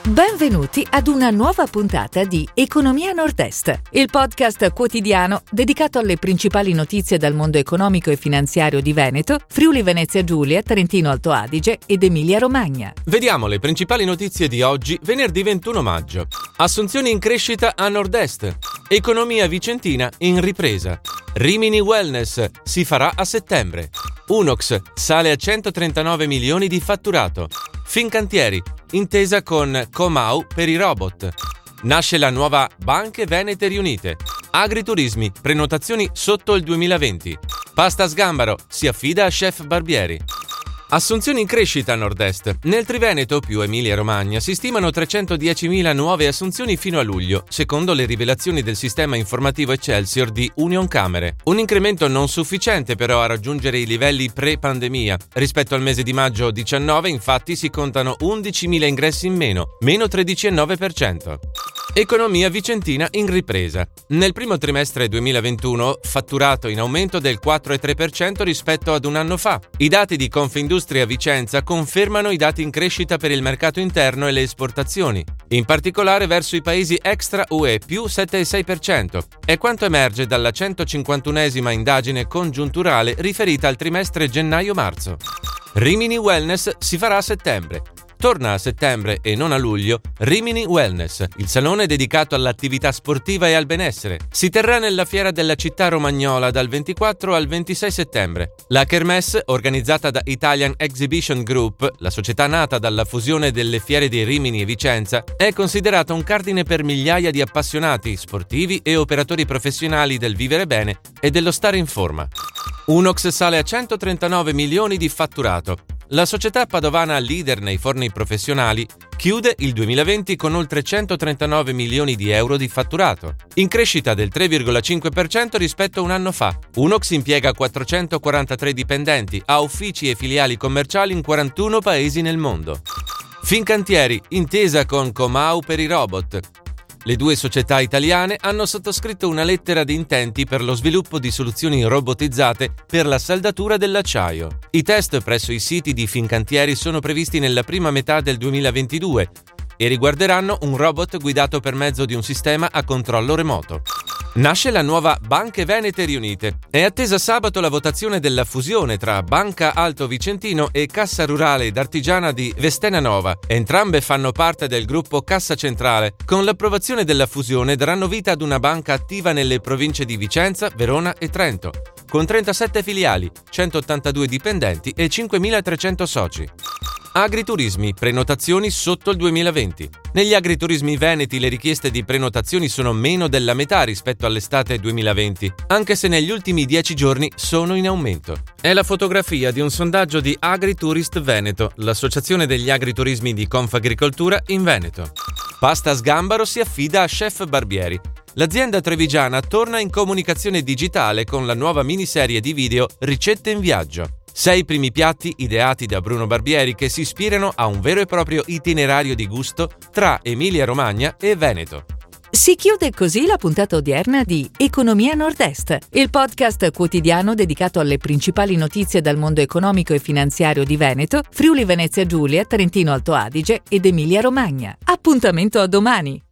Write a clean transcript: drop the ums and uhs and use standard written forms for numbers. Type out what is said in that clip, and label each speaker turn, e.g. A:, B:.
A: Benvenuti ad una nuova puntata di Economia Nord-Est, il podcast quotidiano dedicato alle principali notizie dal mondo economico e finanziario di Veneto, Friuli Venezia Giulia, Trentino Alto Adige ed Emilia Romagna.
B: Vediamo le principali notizie di oggi, venerdì 21 maggio. Assunzioni in crescita a Nord-Est. Economia vicentina in ripresa. Rimini Wellness si farà a settembre. Unox sale a 139 milioni di fatturato. Fincantieri, intesa con Comau per i robot. Nasce la nuova Banche Venete Riunite. Agriturismi, prenotazioni sotto il 2020. Pasta Sgambaro si affida a chef Barbieri. Assunzioni in crescita a Nord-Est. Nel Triveneto più Emilia-Romagna si stimano 310.000 nuove assunzioni fino a luglio, secondo le rivelazioni del sistema informativo Excelsior di Unioncamere. Un incremento non sufficiente però a raggiungere i livelli pre-pandemia. Rispetto al mese di maggio 19, infatti, si contano 11.000 ingressi in meno, meno 13,9%. Economia vicentina in ripresa. Nel primo trimestre 2021, fatturato in aumento del 4,3% rispetto ad un anno fa. I dati di Confindustria Vicenza confermano i dati in crescita per il mercato interno e le esportazioni, in particolare verso i paesi extra UE più 7,6%, è quanto emerge dalla 151esima indagine congiunturale riferita al trimestre gennaio-marzo. Rimini Wellness si farà a settembre. Torna a settembre e non a luglio Rimini Wellness, il salone dedicato all'attività sportiva e al benessere. Si terrà nella fiera della città romagnola dal 24 al 26 settembre. La Kermesse, organizzata da Italian Exhibition Group, la società nata dalla fusione delle fiere di Rimini e Vicenza, è considerata un cardine per migliaia di appassionati, sportivi e operatori professionali del vivere bene e dello stare in forma. Unox sale a 139 milioni di fatturato. La società padovana leader nei forni professionali chiude il 2020 con oltre 139 milioni di euro di fatturato, in crescita del 3,5% rispetto a un anno fa. Unox impiega 443 dipendenti, ha uffici e filiali commerciali in 41 paesi nel mondo. Fincantieri, intesa con Comau per i robot. Le due società italiane hanno sottoscritto una lettera di intenti per lo sviluppo di soluzioni robotizzate per la saldatura dell'acciaio. I test presso i siti di Fincantieri sono previsti nella prima metà del 2022 e riguarderanno un robot guidato per mezzo di un sistema a controllo remoto. Nasce la nuova Banche Venete Riunite. È attesa sabato la votazione della fusione tra Banca Alto Vicentino e Cassa Rurale ed Artigiana di Vestena Nova. Entrambe fanno parte del gruppo Cassa Centrale. Con l'approvazione della fusione daranno vita ad una banca attiva nelle province di Vicenza, Verona e Trento, con 37 filiali, 182 dipendenti e 5.300 soci. Agriturismi, prenotazioni sotto il 2020. Negli agriturismi veneti le richieste di prenotazioni sono meno della metà rispetto all'estate 2020, anche se negli ultimi 10 giorni sono in aumento. È la fotografia di un sondaggio di Agritourist Veneto, l'associazione degli agriturismi di Confagricoltura in Veneto. Pasta Sgambaro si affida a chef Barbieri. L'azienda trevigiana torna in comunicazione digitale con la nuova miniserie di video Ricette in viaggio. 6 primi piatti ideati da Bruno Barbieri che si ispirano a un vero e proprio itinerario di gusto tra Emilia-Romagna e Veneto.
A: Si chiude così la puntata odierna di Economia Nord-Est, il podcast quotidiano dedicato alle principali notizie dal mondo economico e finanziario di Veneto, Friuli Venezia Giulia, Trentino Alto Adige ed Emilia Romagna. Appuntamento a domani!